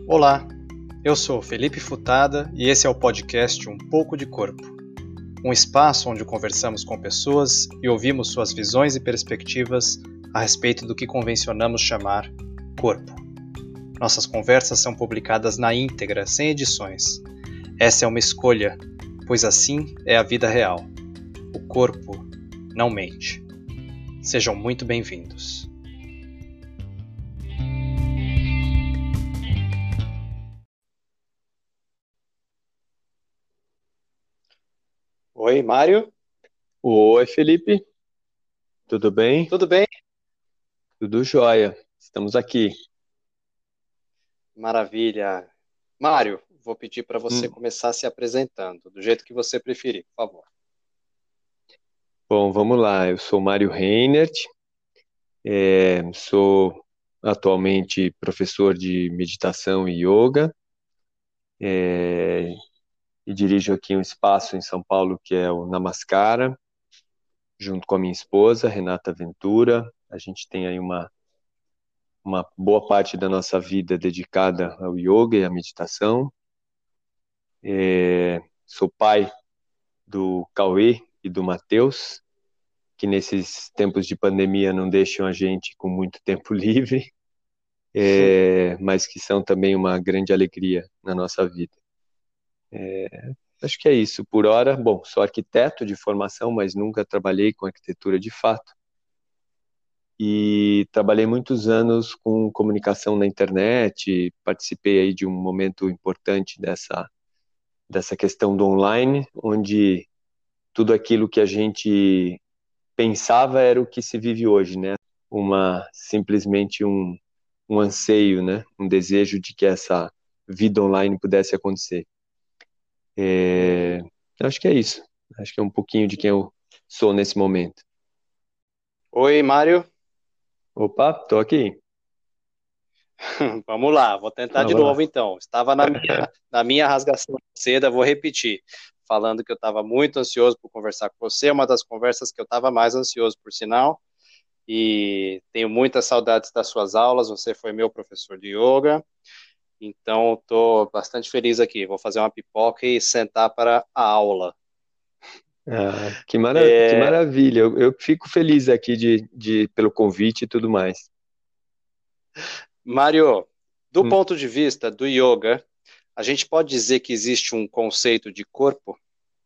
Olá, eu sou Felipe Futada e esse é o podcast Um Pouco de Corpo, um espaço onde conversamos com pessoas e ouvimos suas visões e perspectivas a respeito do que convencionamos chamar corpo. Nossas conversas são publicadas na íntegra, sem edições. Essa é uma escolha, pois assim é a vida real. O corpo não mente. Sejam muito bem-vindos. Oi, Mário. Oi, Felipe. Tudo bem? Tudo bem? Tudo jóia. Estamos aqui. Maravilha. Mário, vou pedir para você Hum, começar se apresentando, do jeito que você preferir, por favor. Bom, vamos lá. Eu sou Mário Reinert, sou atualmente professor de meditação e yoga, e dirijo aqui um espaço em São Paulo que é o Namaskara, junto com a minha esposa, Renata Ventura. A gente tem aí uma boa parte da nossa vida dedicada ao yoga e à meditação. Sou pai do Cauê e do Matheus, que nesses tempos de pandemia não deixam a gente com muito tempo livre, mas que são também uma grande alegria na nossa vida. Acho que é isso. Por hora, bom, sou arquiteto de formação, mas nunca trabalhei com arquitetura de fato. E trabalhei muitos anos com comunicação na internet, participei aí de um momento importante dessa questão do online, onde tudo aquilo que a gente pensava era o que se vive hoje, né? Simplesmente um anseio, né? Um desejo de que essa vida online pudesse acontecer. Acho que é isso. Acho que é um pouquinho de quem eu sou nesse momento. Oi, Mário. Opa, tô aqui. Vamos lá, vou tentar de Vamos lá. novo então. Estava na minha rasgação de seda, vou repetir, falando que eu estava muito ansioso por conversar com você, uma das conversas que eu estava mais ansioso, por sinal, e tenho muitas saudades das suas aulas, você foi meu professor de yoga, então estou bastante feliz aqui. Vou fazer uma pipoca e sentar para a aula. Que É, maravilha. Eu fico feliz aqui pelo convite e tudo mais. Mário, do Hum, ponto de vista do yoga, a gente pode dizer que existe um conceito de corpo?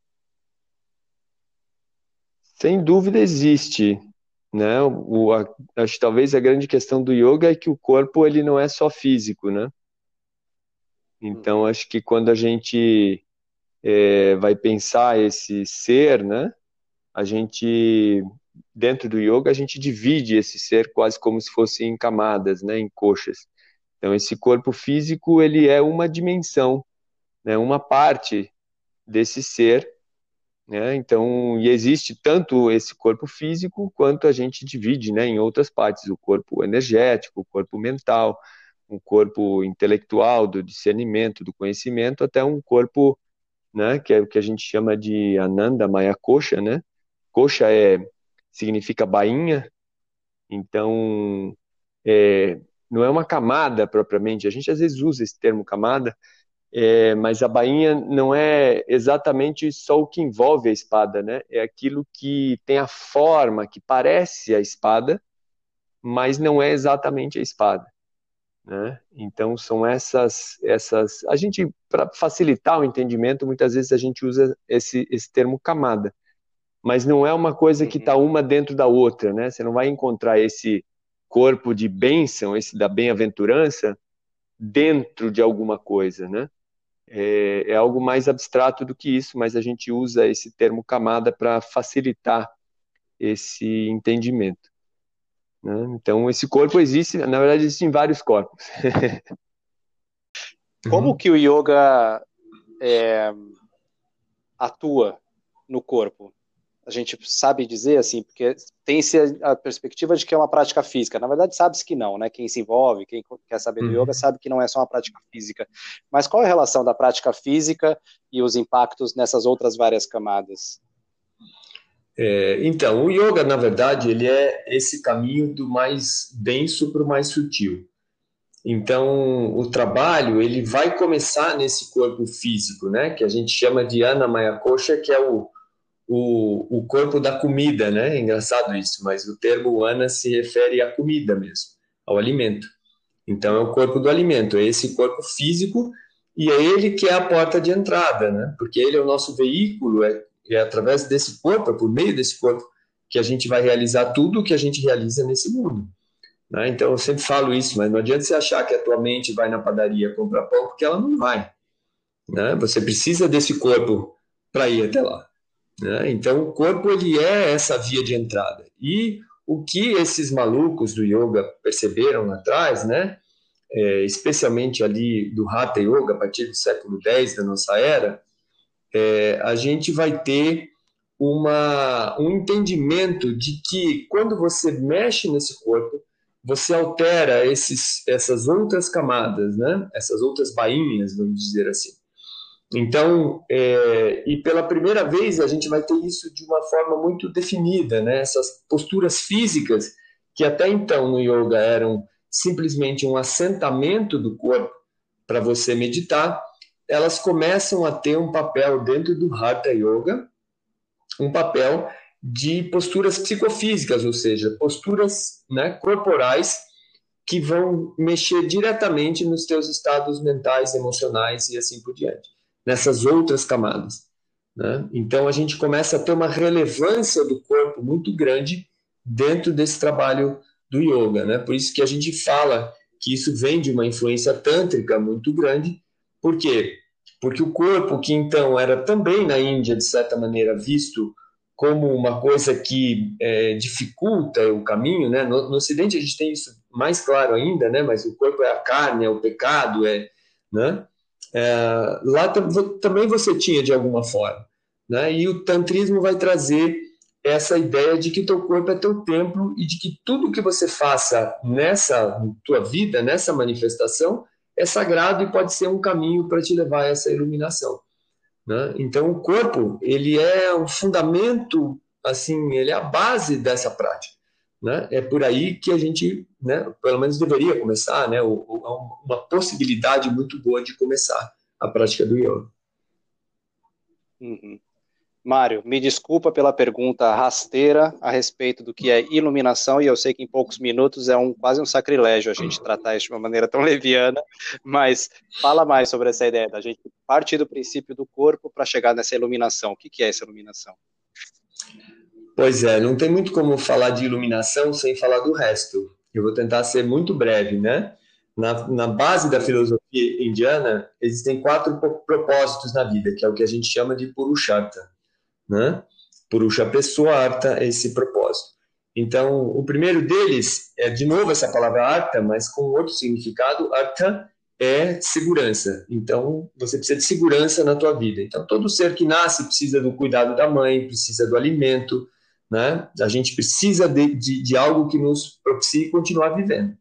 Sem dúvida existe, né? Acho que talvez a grande questão do yoga é que o corpo ele não é só físico, né? Então Uhum, acho que quando a gente vai pensar esse ser, né? A gente dentro do yoga a gente divide esse ser quase como se fosse em camadas, né? Em coxas. Então esse corpo físico ele é uma dimensão, né? Uma parte desse ser, né? Então, e existe tanto esse corpo físico quanto a gente divide, né, em outras partes, o corpo energético, o corpo mental, um corpo intelectual, do discernimento, do conhecimento, até um corpo, né, que é o que a gente chama de Ananda Maya Kosha, né? Kosha significa bainha, então não é uma camada propriamente, a gente às vezes usa esse termo camada, mas a bainha não é exatamente só o que envolve a espada, né? É aquilo que tem a forma, que parece a espada, mas não é exatamente a espada, né? Então são essas. A gente, para facilitar o entendimento, muitas vezes a gente usa esse termo camada, mas não é uma coisa que está uhum, uma dentro da outra, né? Você não vai encontrar esse corpo de bênção, esse da bem-aventurança, dentro de alguma coisa, né? É algo mais abstrato do que isso, mas a gente usa esse termo camada para facilitar esse entendimento, né? Então, esse corpo existe, na verdade, existem vários corpos. como Uhum. que o yoga atua no corpo? A gente sabe dizer assim, porque tem-se a perspectiva de que é uma prática física. Na verdade, sabe-se que não, né? Quem se envolve, quem quer saber do yoga, Uhum. sabe que não é só uma prática física. Mas qual é a relação da prática física e os impactos nessas outras várias camadas? Então, o yoga, na verdade, ele é esse caminho do mais denso para o mais sutil. Então, o trabalho ele vai começar nesse corpo físico, né? Que a gente chama de Annamaya Kosha, que é o corpo da comida, né? É engraçado isso, mas o termo Ana se refere à comida mesmo, ao alimento. Então, é o corpo do alimento, é esse corpo físico e é ele que é a porta de entrada, né? Porque ele é o nosso veículo, é através desse corpo, é por meio desse corpo que a gente vai realizar tudo o que a gente realiza nesse mundo. Né? Então, eu sempre falo isso, mas não adianta você achar que a tua mente vai na padaria comprar pão, porque ela não vai. Né? Você precisa desse corpo para ir até lá. Né? Então, o corpo ele é essa via de entrada. E o que esses malucos do yoga perceberam lá atrás, né? Especialmente ali do Hatha Yoga, a partir do século X da nossa era, a gente vai ter um entendimento de que quando você mexe nesse corpo, você altera essas outras camadas, né? Essas outras bainhas, vamos dizer assim. Então, e pela primeira vez a gente vai ter isso de uma forma muito definida, né? Essas posturas físicas que até então no yoga eram simplesmente um assentamento do corpo para você meditar, elas começam a ter um papel dentro do Hatha Yoga, um papel de posturas psicofísicas, ou seja, posturas, né, corporais que vão mexer diretamente nos teus estados mentais, emocionais e assim por diante, nessas outras camadas. Né? Então, a gente começa a ter uma relevância do corpo muito grande dentro desse trabalho do yoga. Né? Por isso que a gente fala que isso vem de uma influência tântrica muito grande. Por quê? Porque o corpo, que então era também na Índia, de certa maneira, visto como uma coisa que dificulta o caminho, né? No Ocidente a gente tem isso mais claro ainda, né? Mas o corpo é a carne, é o pecado, né? Lá também você tinha de alguma forma, né? E o tantrismo vai trazer essa ideia de que teu corpo é teu templo e de que tudo que você faça nessa tua vida, nessa manifestação, é sagrado e pode ser um caminho para te levar a essa iluminação. Né? Então, o corpo, ele é o fundamento, assim, ele é a base dessa prática. Né? É por aí que a gente, né, pelo menos deveria começar, né, uma possibilidade muito boa de começar a prática do yoga. Uhum. Mário, me desculpa pela pergunta rasteira a respeito do que é iluminação, e eu sei que em poucos minutos é quase um sacrilégio a gente tratar isso de uma maneira tão leviana, mas fala mais sobre essa ideia da gente partir do princípio do corpo para chegar nessa iluminação. O que é essa iluminação? Pois é, não tem muito como falar de iluminação sem falar do resto. Eu vou tentar ser muito breve, né? Na base da filosofia indiana, existem 4 propósitos na vida, que é o que a gente chama de Purushartha, né? Purusha pessoa, Artha, esse propósito. Então, o primeiro deles é, de novo, essa palavra Artha, mas com outro significado. Artha é segurança. Então, você precisa de segurança na tua vida. Então, todo ser que nasce precisa do cuidado da mãe, precisa do alimento, né? A gente precisa de algo que nos propicie continuar vivendo.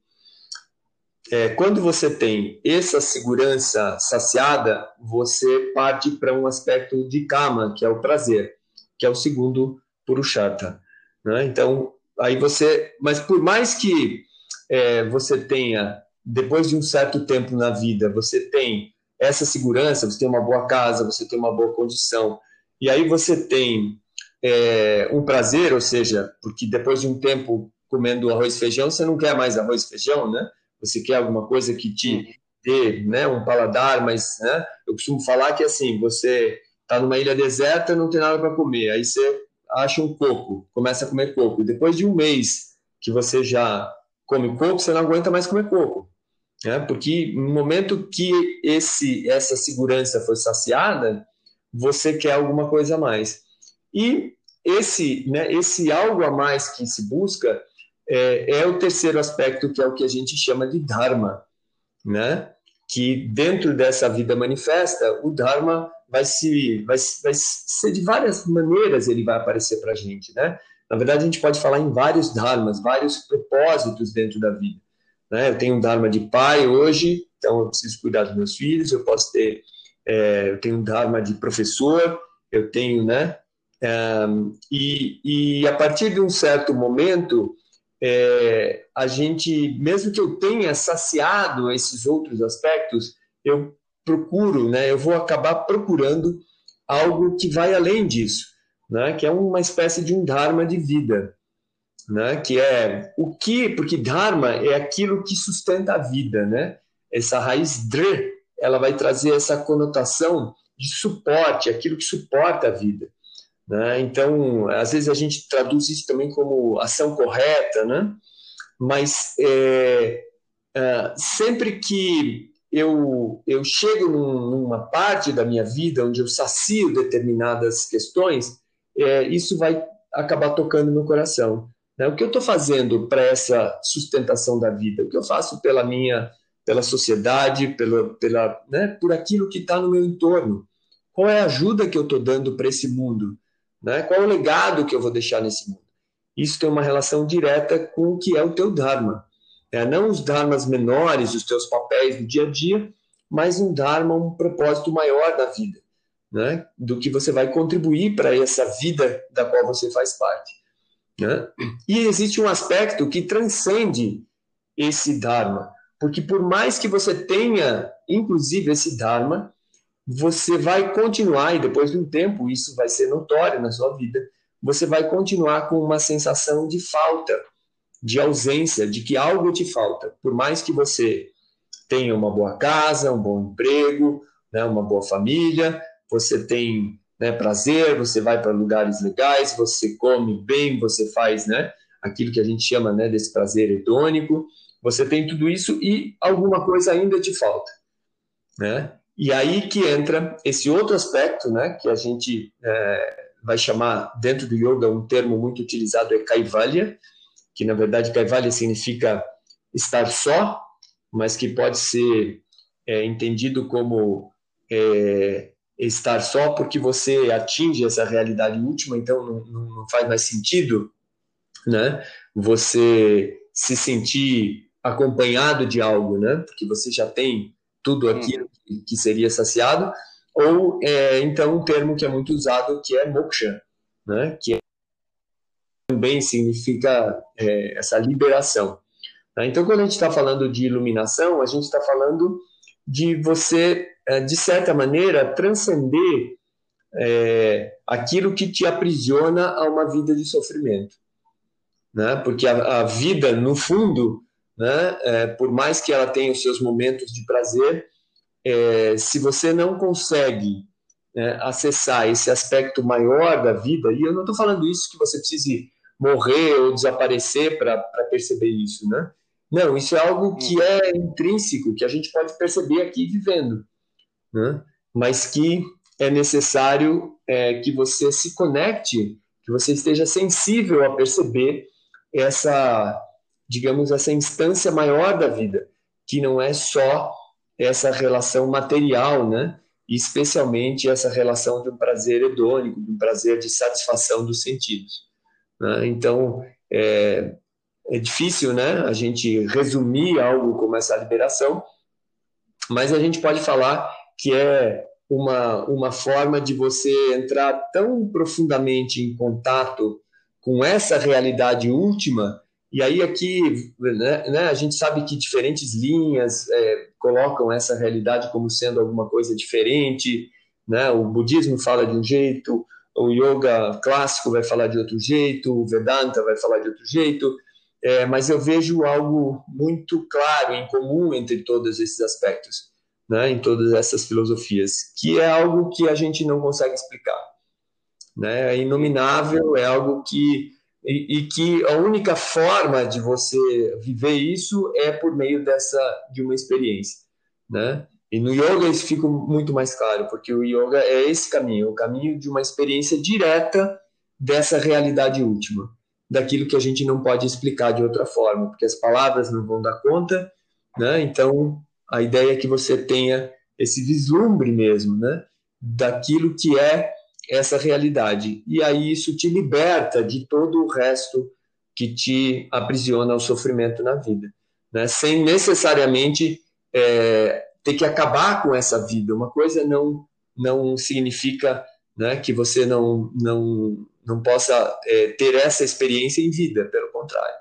Quando você tem essa segurança saciada, você parte para um aspecto de kama, que é o prazer, que é o segundo Purushartha. Né? Então, aí mas por mais que você tenha, depois de um certo tempo na vida, você tem essa segurança, você tem uma boa casa, você tem uma boa condição, e aí você tem um prazer, ou seja, porque depois de um tempo comendo arroz e feijão, você não quer mais arroz e feijão, né? Você quer alguma coisa que te dê, né, um paladar, mas, né, eu costumo falar que assim, você está numa ilha deserta, não tem nada para comer, aí você acha um coco, começa a comer coco, e depois de um mês que você já come coco, você não aguenta mais comer coco, né? Porque no momento que essa segurança foi saciada, você quer alguma coisa a mais. E esse algo a mais que se busca é o terceiro aspecto, que é o que a gente chama de Dharma, né? Que dentro dessa vida manifesta, o Dharma vai ser de várias maneiras, ele vai aparecer para a gente, né? Na verdade, a gente pode falar em vários Dharmas, vários propósitos dentro da vida. Né? Eu tenho um Dharma de pai hoje, então eu preciso cuidar dos meus filhos, eu tenho um Dharma de professor, eu tenho, né? E a partir de um certo momento, a gente, mesmo que eu tenha saciado esses outros aspectos, eu procuro, né, eu vou acabar procurando algo que vai além disso, né, que é uma espécie de um dharma de vida, né, que é o que, porque dharma é aquilo que sustenta a vida, né, essa raiz dr, ela vai trazer essa conotação de suporte, aquilo que suporta a vida, né, então, às vezes a gente traduz isso também como ação correta, né, mas sempre que eu chego numa parte da minha vida onde eu sacio determinadas questões, isso vai acabar tocando no coração. Né? O que eu estou fazendo para essa sustentação da vida? O que eu faço pela sociedade, né, por aquilo que está no meu entorno? Qual é a ajuda que eu estou dando para esse mundo? Né? Qual é o legado que eu vou deixar nesse mundo? Isso tem uma relação direta com o que é o teu Dharma. Não os dharmas menores, os teus papéis do dia a dia, mas um dharma, um propósito maior da vida, né? Do que você vai contribuir para essa vida da qual você faz parte. Né? E existe um aspecto que transcende esse dharma, porque por mais que você tenha, inclusive, esse dharma, você vai continuar, e depois de um tempo isso vai ser notório na sua vida, você vai continuar com uma sensação de falta, de ausência, de que algo te falta. Por mais que você tenha uma boa casa, um bom emprego, né, uma boa família, você tem, né, prazer, você vai para lugares legais, você come bem, você faz, né, aquilo que a gente chama, né, desse prazer hedônico, você tem tudo isso e alguma coisa ainda te falta. Né? E aí que entra esse outro aspecto, né, que a gente vai chamar dentro do yoga, um termo muito utilizado é kaivalya, que na verdade kaivalya significa estar só, mas que pode ser entendido como estar só porque você atinge essa realidade última, então não faz mais sentido, né, você se sentir acompanhado de algo, né, porque você já tem tudo aquilo que seria saciado, ou então um termo que é muito usado que é moksha, né, que também significa essa liberação. Então, quando a gente está falando de iluminação, a gente está falando de você, de certa maneira, transcender aquilo que te aprisiona a uma vida de sofrimento. Né? Porque a vida, no fundo, né, por mais que ela tenha os seus momentos de prazer, se você não consegue acessar esse aspecto maior da vida, e eu não estou falando isso que você precise morrer ou desaparecer para perceber isso, né? Não, isso é algo que é intrínseco, que a gente pode perceber aqui vivendo, né? Mas que é necessário que você se conecte, que você esteja sensível a perceber essa, digamos, essa instância maior da vida, que não é só essa relação material, né? E especialmente essa relação de um prazer hedônico, de um prazer de satisfação dos sentidos. Né? Então, é difícil, né, a gente resumir algo como essa liberação, mas a gente pode falar que é uma forma de você entrar tão profundamente em contato com essa realidade última, e aí aqui, né, a gente sabe que diferentes linhas colocam essa realidade como sendo alguma coisa diferente, né? O budismo fala de um jeito, o yoga clássico vai falar de outro jeito, o Vedanta vai falar de outro jeito, mas eu vejo algo muito claro, em comum entre todos esses aspectos, né, em todas essas filosofias, que é algo que a gente não consegue explicar. Né? É inominável, é algo que... E que a única forma de você viver isso é por meio de uma experiência. Né? E no yoga isso fica muito mais claro, porque o yoga é esse caminho, o caminho de uma experiência direta dessa realidade última, daquilo que a gente não pode explicar de outra forma, porque as palavras não vão dar conta, né? Então a ideia é que você tenha esse vislumbre mesmo, né, daquilo que é essa realidade. E aí isso te liberta de todo o resto que te aprisiona ao sofrimento na vida, né? Sem necessariamente ter que acabar com essa vida. Uma coisa não significa, né, que você não possa ter essa experiência em vida, pelo contrário.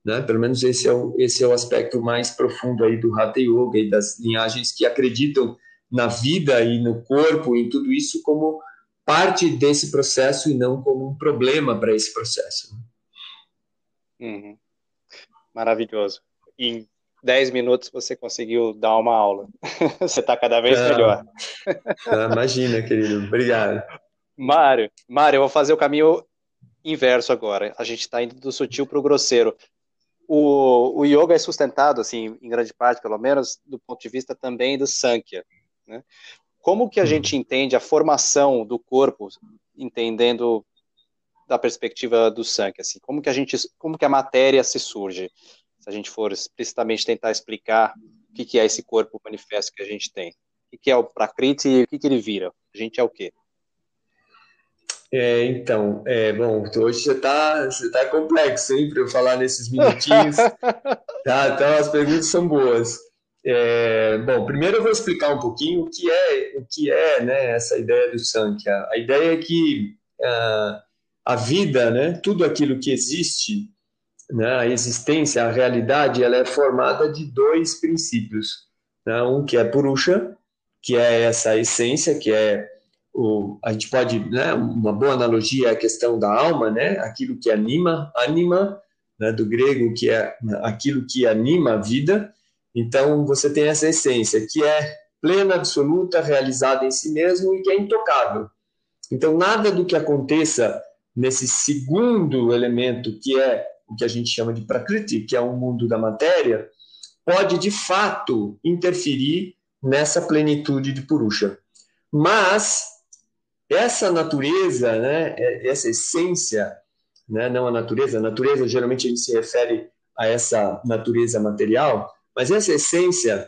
né? Pelo menos esse é o aspecto mais profundo aí do Hatha Yoga e das linhagens que acreditam na vida e no corpo, em tudo isso como parte desse processo e não como um problema para esse processo. Uhum. Maravilhoso. Em 10 minutos você conseguiu dar uma aula. Você está cada vez melhor. Imagina, querido. Obrigado. Mário, eu vou fazer o caminho inverso agora. A gente está indo do sutil para o grosseiro. O yoga é sustentado, assim, em grande parte, pelo menos, do ponto de vista também do Sankhya, né? Como que a gente entende a formação do corpo, entendendo da perspectiva do Sankhya, assim? Como que a matéria se surge? Se a gente for explicitamente tentar explicar o que é esse corpo manifesto que a gente tem. O que é o Prakriti e o que ele vira? A gente é o quê? Então, bom, hoje você tá complexo, hein, para eu falar nesses minutinhos. Tá, então as perguntas são boas. Bom, primeiro eu vou explicar um pouquinho o que é, né, essa ideia do Sankhya. A ideia é que a vida, né, tudo aquilo que existe, né, a existência, a realidade, ela é formada de dois princípios, né? Um que é Purusha, que é essa essência, que é a gente pode, né, uma boa analogia é a questão da alma, né, aquilo que anima, né, do grego, que é aquilo que anima a vida. Então, você tem essa essência, que é plena, absoluta, realizada em si mesmo e que é intocável. Então, nada do que aconteça nesse segundo elemento, que é o que a gente chama de Prakriti, que é o mundo da matéria, pode, de fato, interferir nessa plenitude de Purusha. Mas essa natureza, né, essa essência, né, não a natureza geralmente a gente se refere a essa natureza material, mas essa essência,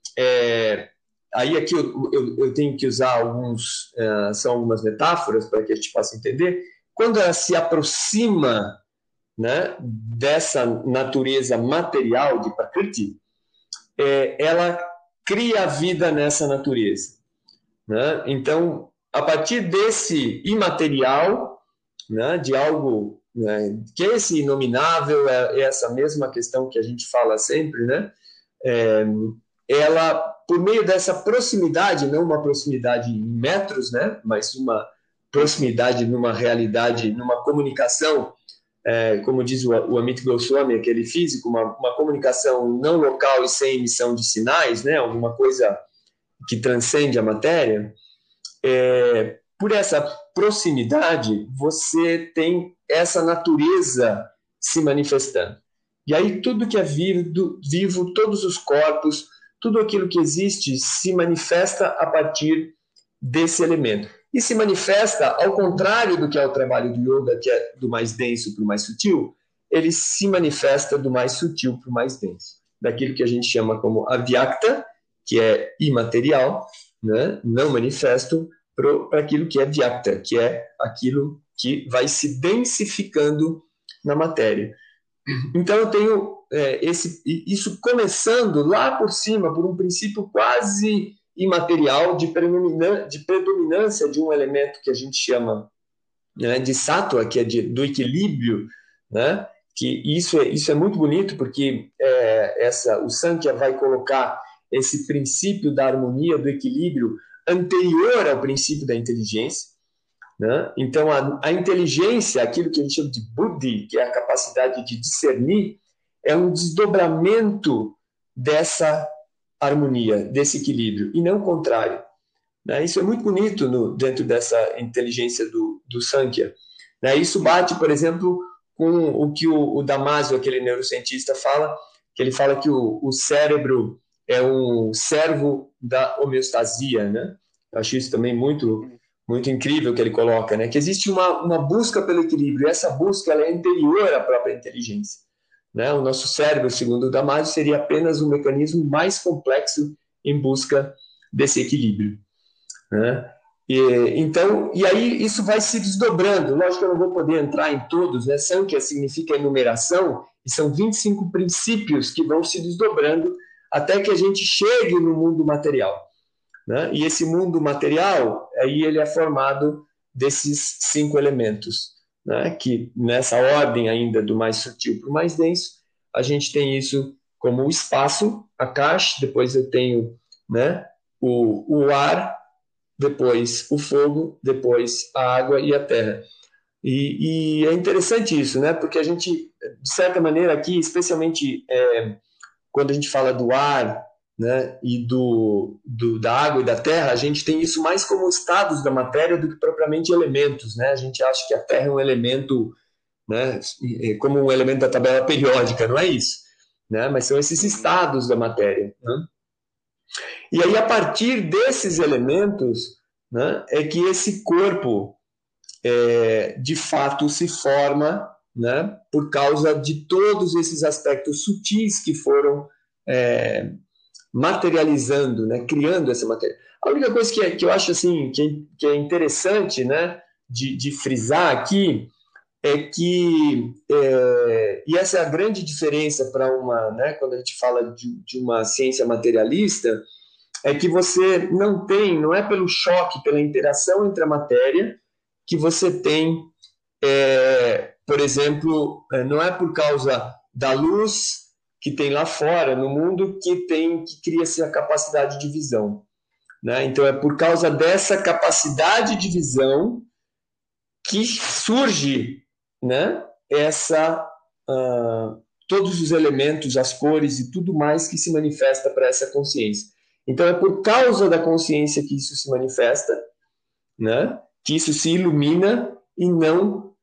aí aqui eu tenho que usar são algumas metáforas para que a gente possa entender, quando ela se aproxima, né, dessa natureza material de Prakriti, ela cria vida nessa natureza, né? Então, a partir desse imaterial, né, de algo, né, que é esse inominável, é essa mesma questão que a gente fala sempre, né? Ela, por meio dessa proximidade, não uma proximidade em metros, né, mas uma proximidade numa realidade, numa comunicação, como diz o Amit Goswami, aquele físico, uma comunicação não local e sem emissão de sinais, né, alguma coisa que transcende a matéria. Por essa proximidade, você tem essa natureza se manifestando. E aí tudo que é vivo, todos os corpos, tudo aquilo que existe se manifesta a partir desse elemento. E se manifesta, ao contrário do que é o trabalho do yoga, que é do mais denso para o mais sutil, ele se manifesta do mais sutil para o mais denso. Daquilo que a gente chama como avyakta, que é imaterial, né, não manifesto, para aquilo que é vyakta, que é aquilo que vai se densificando na matéria. Então eu tenho isso começando lá por cima, por um princípio quase imaterial de predominância de um elemento que a gente chama, né, de sattva, que é do equilíbrio, né? Que isso é muito bonito, porque o Sankhya vai colocar esse princípio da harmonia, do equilíbrio, anterior ao princípio da inteligência, né? Então, a inteligência, aquilo que a gente chama de buddhi, que é a capacidade de discernir, é um desdobramento dessa harmonia, desse equilíbrio, e não o contrário, né? Isso é muito bonito dentro dessa inteligência do Sankhya, né? Isso bate, por exemplo, com o que o Damasio, aquele neurocientista, fala, que ele fala que o cérebro é um servo da homeostasia, né? Eu acho isso também muito, muito incrível que ele coloca, né? Que existe uma busca pelo equilíbrio, e essa busca ela é anterior à própria inteligência, né? O nosso cérebro, segundo o Damasio, seria apenas um mecanismo mais complexo em busca desse equilíbrio, né? E aí isso vai se desdobrando. Lógico que eu não vou poder entrar em todos, né? Sankhya significa enumeração, e são 25 princípios que vão se desdobrando até que a gente chegue no mundo material, né? E esse mundo material, aí ele é formado desses 5 elementos, né? Que nessa ordem ainda do mais sutil para o mais denso, a gente tem isso como o espaço, a caixa, depois eu tenho, né, o ar, depois o fogo, depois a água e a terra. E é interessante isso, né? Porque a gente, de certa maneira, aqui, especialmente quando a gente fala do ar, né, e da água e da terra, a gente tem isso mais como estados da matéria do que propriamente elementos, né? A gente acha que a terra é um elemento, né, como um elemento da tabela periódica, não é isso, né? Mas são esses estados da matéria, né? E aí, a partir desses elementos, né, é que esse corpo, de fato, se forma, né, por causa de todos esses aspectos sutis que foram materializando, né, criando essa matéria. A única coisa que eu acho assim, que é interessante, né, de frisar aqui é que, e essa é a grande diferença para uma, né, quando a gente fala de uma ciência materialista, é que você não é pelo choque, pela interação entre a matéria, que você tem, por exemplo, não é por causa da luz que tem lá fora, no mundo, que cria-se a capacidade de visão. Né? Então, é por causa dessa capacidade de visão que surge, né, todos os elementos, as cores e tudo mais que se manifesta para essa consciência. Então, é por causa da consciência que isso se manifesta, né, que isso se ilumina e não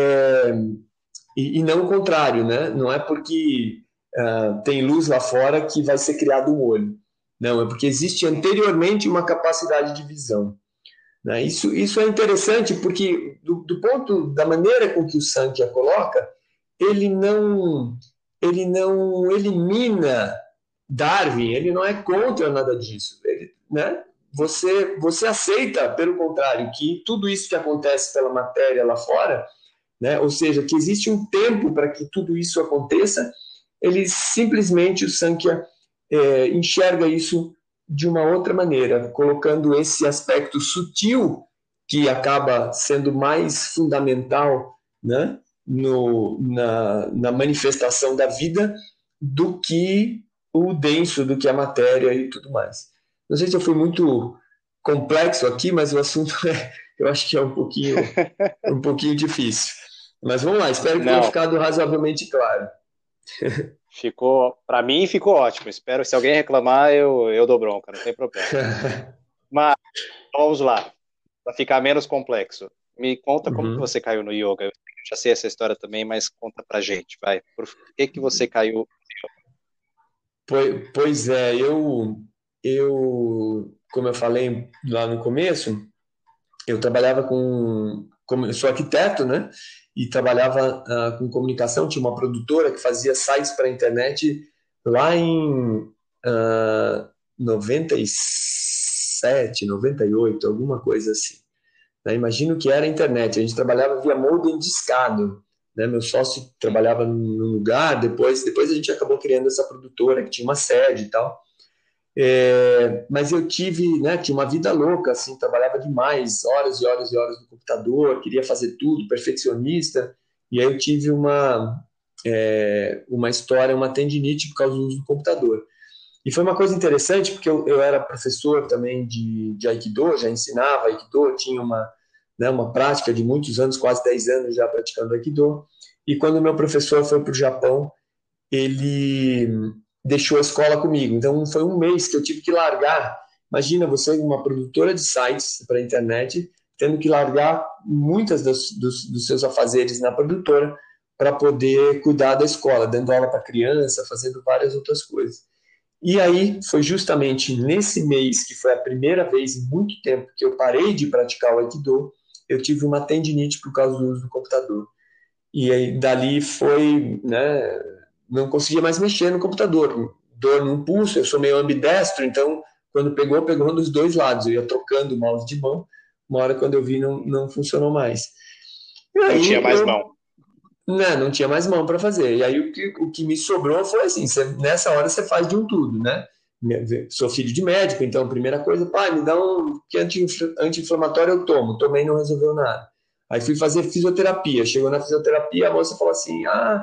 não o contrário, né? Não é porque tem luz lá fora que vai ser criado um olho. Não, é porque existe anteriormente uma capacidade de visão. Né? Isso é interessante porque, do ponto da maneira com que o Sankhya coloca, ele não elimina Darwin, ele não é contra nada disso. Ele, né? Você aceita, pelo contrário, que tudo isso que acontece pela matéria lá fora, né? Ou seja, que existe um tempo para que tudo isso aconteça, ele simplesmente, o Sankhya, enxerga isso de uma outra maneira, colocando esse aspecto sutil que acaba sendo mais fundamental, né, na manifestação da vida do que o denso, do que a matéria e tudo mais. Não sei se eu fui muito complexo aqui, mas o assunto eu acho que é um pouquinho difícil. Mas vamos lá, espero que tenha ficado razoavelmente claro. Para mim ficou ótimo. Espero que se alguém reclamar, eu dou bronca, não tem problema. Mas vamos lá, para ficar menos complexo. Me conta como que você caiu no yoga. Eu já sei essa história também, mas conta pra gente, vai. Por que você caiu no yoga? Pois é, como eu falei lá no começo, eu trabalhava eu sou arquiteto, né? E trabalhava com comunicação, tinha uma produtora que fazia sites para a internet lá em 97, 98, alguma coisa assim. Né? Imagino que era a internet, a gente trabalhava via modem discado. Né? Meu sócio trabalhava num lugar, depois a gente acabou criando essa produtora que tinha uma sede e tal. Mas eu tive, né, tinha uma vida louca, assim, trabalhava demais, horas e horas e horas no computador, queria fazer tudo, perfeccionista, e aí eu tive uma história, uma tendinite por causa do uso do computador. E foi uma coisa interessante, porque eu era professor também de Aikido, já ensinava Aikido, tinha uma prática de muitos anos, quase 10 anos já praticando Aikido, e quando o meu professor foi para o Japão, ele deixou a escola comigo. Então, foi um mês que eu tive que largar. Imagina você, uma produtora de sites para a internet, tendo que largar muitas dos seus afazeres na produtora para poder cuidar da escola, dando aula para criança, fazendo várias outras coisas. E aí, foi justamente nesse mês, que foi a primeira vez em muito tempo que eu parei de praticar o Aikido, eu tive uma tendinite por causa do uso do computador. E aí, dali foi, né, não conseguia mais mexer no computador. Dor no pulso, eu sou meio ambidestro, então quando pegou dos dois lados. Eu ia trocando o mouse de mão, uma hora quando eu vi não funcionou mais. E aí, não tinha mais mão. Não tinha mais mão para fazer. E aí o que me sobrou foi assim, nessa hora você faz de um tudo, né? Sou filho de médico, então a primeira coisa, pai, me dá um anti-inflamatório, eu tomo. Tomei, não resolveu nada. Aí fui fazer fisioterapia. Chegou na fisioterapia, a moça falou assim,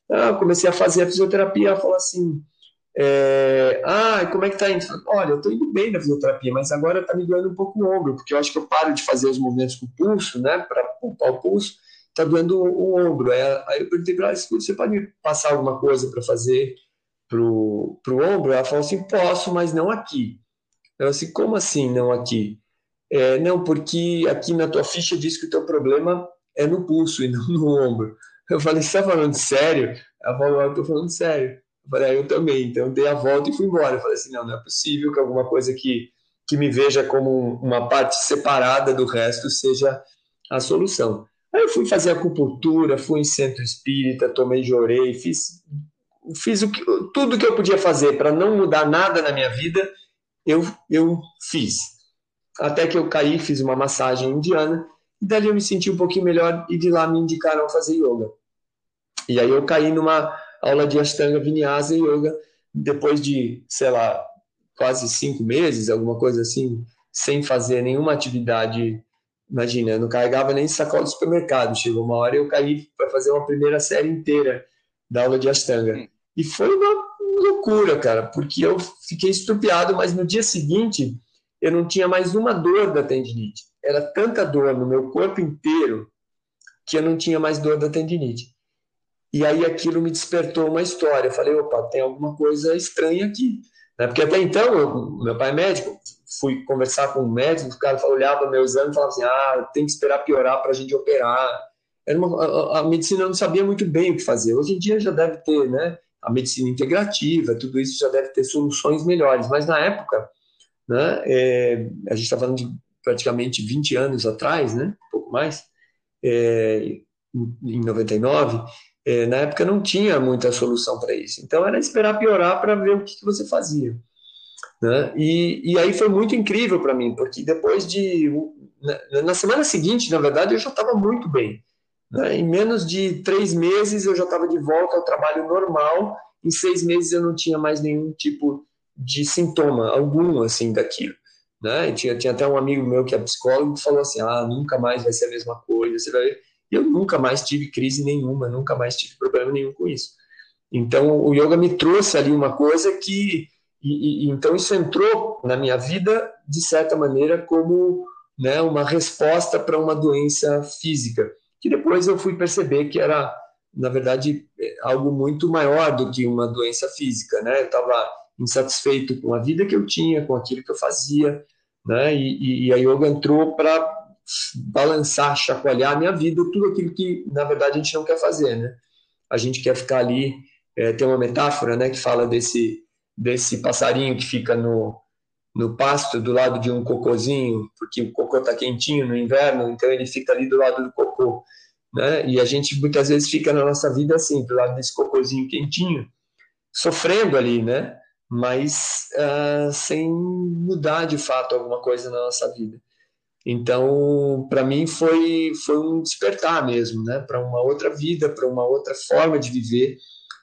Eu comecei a fazer a fisioterapia, ela falou assim, como é que tá indo? Olha, eu tô indo bem na fisioterapia, mas agora tá me doendo um pouco o ombro, porque eu acho que eu paro de fazer os movimentos com o pulso, né, para poupar o pulso, tá doendo o ombro. Aí eu perguntei para ela, escuta, você pode me passar alguma coisa para fazer pro ombro? Ela falou assim, posso, mas não aqui. Eu assim, como assim não aqui? Não, porque aqui na tua ficha diz que o teu problema é no pulso e não no ombro. Eu falei, você está falando sério? Ela falou, eu estou falando sério. Eu falei, eu também. Então eu dei a volta e fui embora. Eu falei assim, não é possível que alguma coisa que me veja como uma parte separada do resto seja a solução. Aí eu fui fazer acupuntura, fui em centro espírita, tomei jorei, fiz tudo que eu podia fazer para não mudar nada na minha vida, eu fiz. Até que eu caí, fiz uma massagem indiana, e dali eu me senti um pouquinho melhor, e de lá me indicaram a fazer yoga. E aí eu caí numa aula de Ashtanga Vinyasa Yoga, depois de, sei lá, quase 5 meses, alguma coisa assim, sem fazer nenhuma atividade. Imagina, eu não carregava nem sacola de supermercado. Chegou uma hora eu caí para fazer uma primeira série inteira da aula de Ashtanga. E foi uma loucura, cara, porque eu fiquei estrupiado, mas no dia seguinte eu não tinha mais uma dor da tendinite. Era tanta dor no meu corpo inteiro que eu não tinha mais dor da tendinite. E aí aquilo me despertou uma história. Eu falei, opa, tem alguma coisa estranha aqui. Né? Porque até então, meu pai é médico, fui conversar com um médico, o cara olhava meu exame e falava assim, tem que esperar piorar para a gente operar. A medicina não sabia muito bem o que fazer. Hoje em dia já deve ter, né, a medicina integrativa, tudo isso já deve ter soluções melhores. Mas na época, né, a gente está falando de praticamente 20 anos atrás, né, um pouco mais, em 99, na época não tinha muita solução para isso. Então era esperar piorar para ver o que você fazia. Né? E aí foi muito incrível para mim, porque depois na semana seguinte, na verdade, eu já estava muito bem. Né? Em menos de 3 meses eu já estava de volta ao trabalho normal. Em 6 meses eu não tinha mais nenhum tipo de sintoma algum assim daquilo. Né? Tinha até um amigo meu que é psicólogo que falou assim, nunca mais vai ser a mesma coisa, você vai ver. Eu nunca mais tive crise nenhuma, nunca mais tive problema nenhum com isso. Então o yoga me trouxe ali uma coisa então isso entrou na minha vida de certa maneira como, né, uma resposta para uma doença física, que depois eu fui perceber que era, na verdade, algo muito maior do que uma doença física, né? Eu estava insatisfeito com a vida que eu tinha, com aquilo que eu fazia, né? E a yoga entrou para balançar, chacoalhar a minha vida, tudo aquilo que, na verdade, a gente não quer fazer, né? A gente quer ficar ali, tem uma metáfora, né, que fala desse passarinho que fica no pasto do lado de um cocôzinho, porque o cocô está quentinho no inverno, então ele fica ali do lado do cocô. Né? E a gente muitas vezes fica na nossa vida assim, do lado desse cocôzinho quentinho, sofrendo ali, né? Mas sem mudar de fato alguma coisa na nossa vida. Então, para mim foi um despertar mesmo, né? Para uma outra vida, para uma outra forma de viver.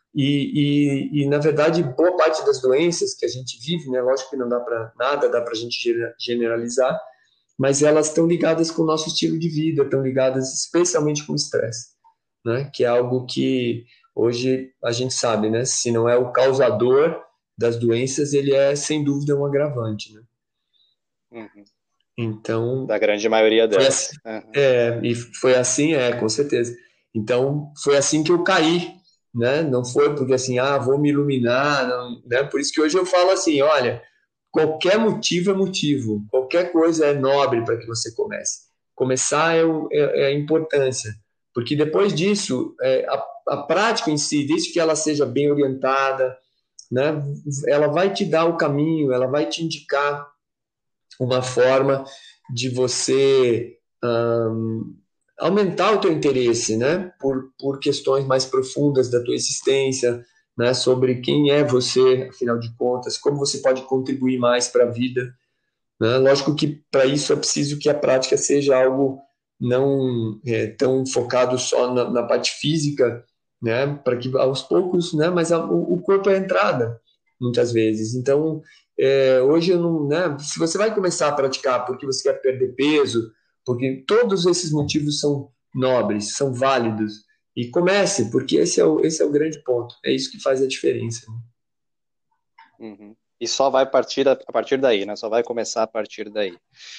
E, na verdade, boa parte das doenças que a gente vive, né? Lógico que não dá para nada, dá para a gente generalizar, mas elas estão ligadas com o nosso estilo de vida, estão ligadas especialmente com o estresse, né? Que é algo que hoje a gente sabe, né? Se não é o causador das doenças, ele é sem dúvida um agravante, né? Uhum. Então, da grande maioria delas. E foi assim, com certeza. Então, foi assim que eu caí, né? Não foi porque assim, vou me iluminar, não, né? Por isso que hoje eu falo assim, olha, qualquer motivo é motivo, qualquer coisa é nobre para que você comece. Começar é a importância, porque depois disso, a prática em si, desde que ela seja bem orientada, né? Ela vai te dar o caminho, ela vai te indicar uma forma de você aumentar o teu interesse, né, por questões mais profundas da tua existência, né, sobre quem é você, afinal de contas, como você pode contribuir mais para a vida. Né? Lógico que para isso é preciso que a prática seja algo não tão focado só na parte física, né, para que aos poucos, né, mas o corpo é a entrada, muitas vezes. Então, hoje eu não, né, se você vai começar a praticar porque você quer perder peso, porque todos esses motivos são nobres, são válidos, E comece, porque esse é o grande ponto. É isso que faz a diferença. Uhum. E só vai a partir daí, né? Só vai começar a partir daí.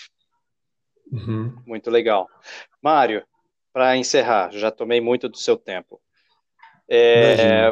Uhum. Muito legal. Mário, para encerrar, já tomei muito do seu tempo. Imagina.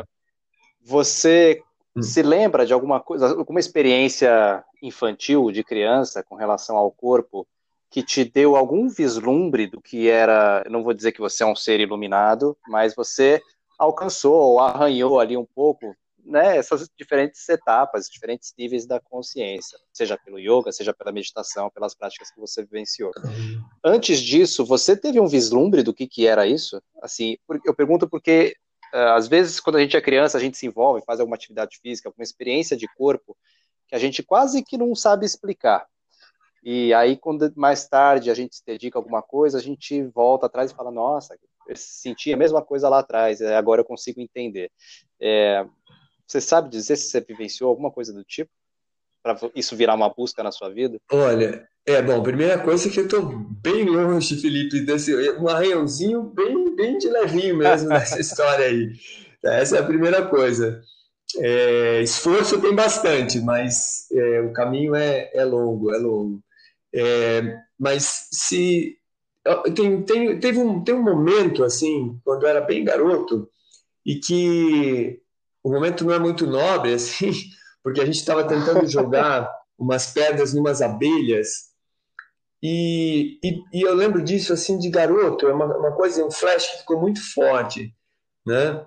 Você Hum. se lembra de alguma coisa, alguma experiência infantil de criança com relação ao corpo que te deu algum vislumbre do que era? Eu não vou dizer que você é um ser iluminado, mas você alcançou ou arranhou ali um pouco, né, essas diferentes etapas, diferentes níveis da consciência, seja pelo yoga, seja pela meditação, pelas práticas que você vivenciou. Antes disso, você teve um vislumbre do que era isso? Assim, eu pergunto porque às vezes quando a gente é criança, a gente se envolve, faz alguma atividade física, alguma experiência de corpo que a gente quase que não sabe explicar. E aí, quando mais tarde a gente se dedica a alguma coisa, a gente volta atrás e fala, nossa, eu senti a mesma coisa lá atrás, agora eu consigo entender. É, você sabe dizer se você vivenciou alguma coisa do tipo, para isso virar uma busca na sua vida? Olha, bom, primeira coisa é que eu tô bem longe, Felipe, desse um arranhãozinho bem de levinho mesmo nessa história aí. Essa é a primeira coisa. Esforço tem bastante, mas o caminho é longo, é longo. Mas se tem um momento assim, quando eu era bem garoto, e que o momento não é muito nobre assim, porque a gente estava tentando jogar umas pedras numas abelhas e eu lembro disso assim de garoto, é uma coisa, um flash que ficou muito forte, né?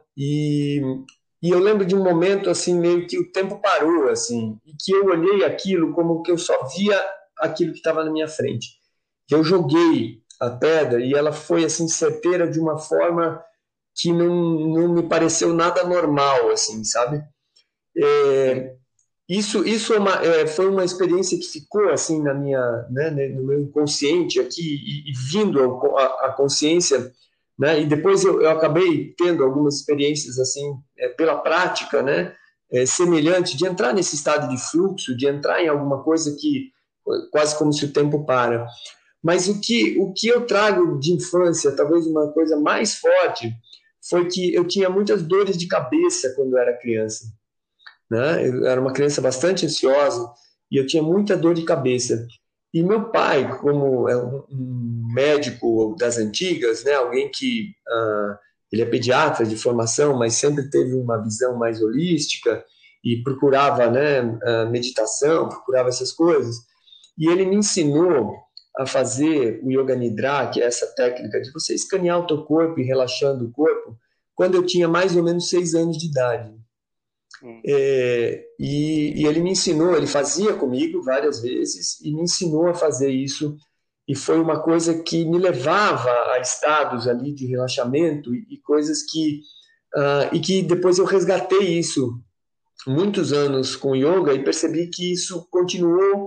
E eu lembro de um momento assim meio que o tempo parou assim e que eu olhei aquilo como que eu só via aquilo que estava na minha frente. Que eu joguei a pedra e ela foi assim certeira de uma forma que não me pareceu nada normal, assim, sabe? Hum. Isso foi uma experiência que ficou assim na minha, né, no meu inconsciente aqui e vindo a consciência, né? E depois eu acabei tendo algumas experiências assim pela prática, né? Semelhante de entrar nesse estado de fluxo, de entrar em alguma coisa que quase como se o tempo para. Mas o que eu trago de infância, talvez uma coisa mais forte, foi que eu tinha muitas dores de cabeça quando eu era criança, né? Eu era uma criança bastante ansiosa e eu tinha muita dor de cabeça. E meu pai, como é um médico das antigas, né, alguém que ele é pediatra de formação, mas sempre teve uma visão mais holística e procurava, né, meditação, procurava essas coisas. E ele me ensinou a fazer o Yoga Nidra, que é essa técnica de você escanear o teu corpo e relaxando o corpo, quando eu tinha mais ou menos 6 anos de idade. Hum. E ele me ensinou, ele fazia comigo várias vezes e me ensinou a fazer isso. E foi uma coisa que me levava a estados ali de relaxamento e coisas e que depois eu resgatei isso muitos anos com yoga e percebi que isso continuou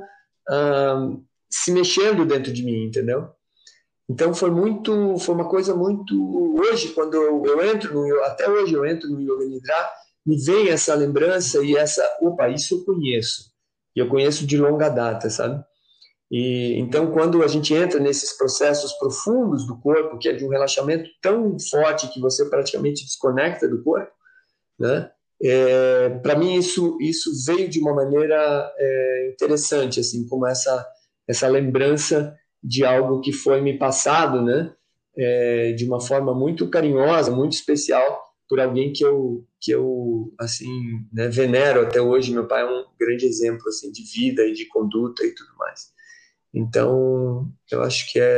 se mexendo dentro de mim, entendeu? Então foi uma coisa muito. Hoje, quando eu entro até hoje eu entro no Yoga Nidra, me vem essa lembrança e opa, isso eu conheço. E eu conheço de longa data, sabe? E então, Uhum. quando a gente entra nesses processos profundos do corpo, que é de um relaxamento tão forte que você praticamente desconecta do corpo, né? Para mim isso veio de uma maneira interessante, assim, como essa lembrança de algo que foi me passado, né? De uma forma muito carinhosa, muito especial por alguém que eu assim, né, venero até hoje. Meu pai é um grande exemplo assim de vida e de conduta e tudo mais. Então, eu acho que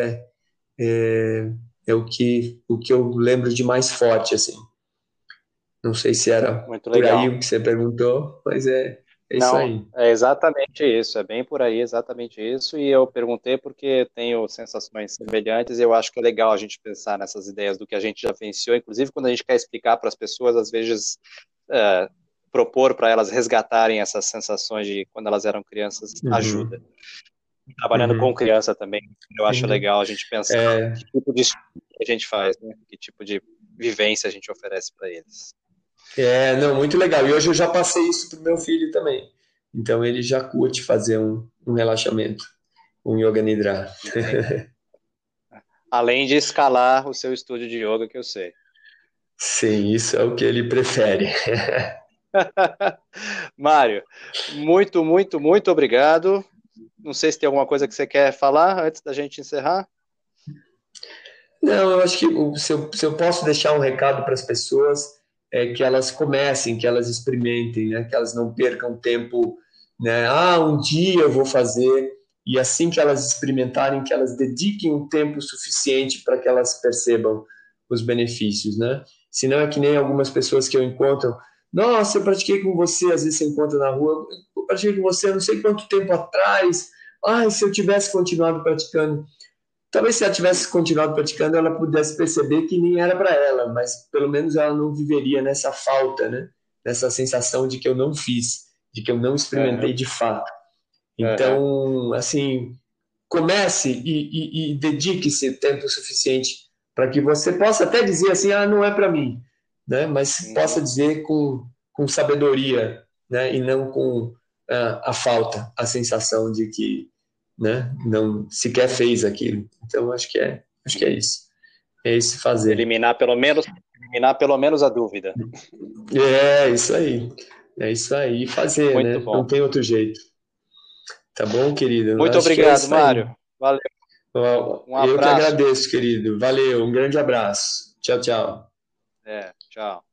é, é o que eu lembro de mais forte, assim. Não sei se era Muito por aí legal. o que você perguntou, mas é isso Não, aí. é exatamente isso, é bem por aí, exatamente isso. E eu perguntei porque tenho sensações semelhantes e eu acho que é legal a gente pensar nessas ideias do que a gente já vivenciou, inclusive quando a gente quer explicar para as pessoas, às vezes é, propor para elas resgatarem essas sensações de quando elas eram crianças ajuda. Uhum, Trabalhando com uhum. criança também, eu acho Sim. legal a gente pensar que tipo de estudo a gente faz, né? Que tipo de vivência a gente oferece para eles. Não, muito legal. E hoje eu já passei isso pro meu filho também. Então ele já curte fazer um relaxamento, um yoga nidra. Entendi. Além de escalar o seu estúdio de yoga, que eu sei. Sim, isso é o que ele prefere. Mário, muito, muito, muito obrigado. Não sei se tem alguma coisa que você quer falar antes da gente encerrar. Não, eu acho que se eu posso deixar um recado para as pessoas é que elas comecem, que elas experimentem, né? Que elas não percam tempo, né? Ah, um dia eu vou fazer, e assim que elas experimentarem, que elas dediquem um tempo suficiente para que elas percebam os benefícios, né? Senão é que nem algumas pessoas que eu encontro, nossa, eu pratiquei com você, às vezes você encontra na rua, eu pratiquei com você não sei quanto tempo atrás, ai, se eu tivesse continuado praticando. Talvez se ela tivesse continuado praticando, ela pudesse perceber que nem era para ela, mas pelo menos ela não viveria nessa falta, né? Nessa sensação de que eu não fiz, de que eu não Aham, experimentei de fato. aham. Então, assim, comece e dedique-se tempo suficiente para que você possa até dizer assim, ah, não é para mim, né? Mas Uhum. possa dizer com sabedoria, né? E não com a falta, a sensação de que, né? Não sequer fez aquilo. Então acho que é isso. É isso fazer. Eliminar pelo menos a dúvida. É isso aí. É isso aí. Fazer, Muito né? Não bom. tem outro jeito. Tá bom, querido? Muito Acho que é obrigado, isso aí. Mário. Valeu. Um Eu que abraço. agradeço, querido. Valeu, um grande abraço. Tchau, tchau. É, tchau.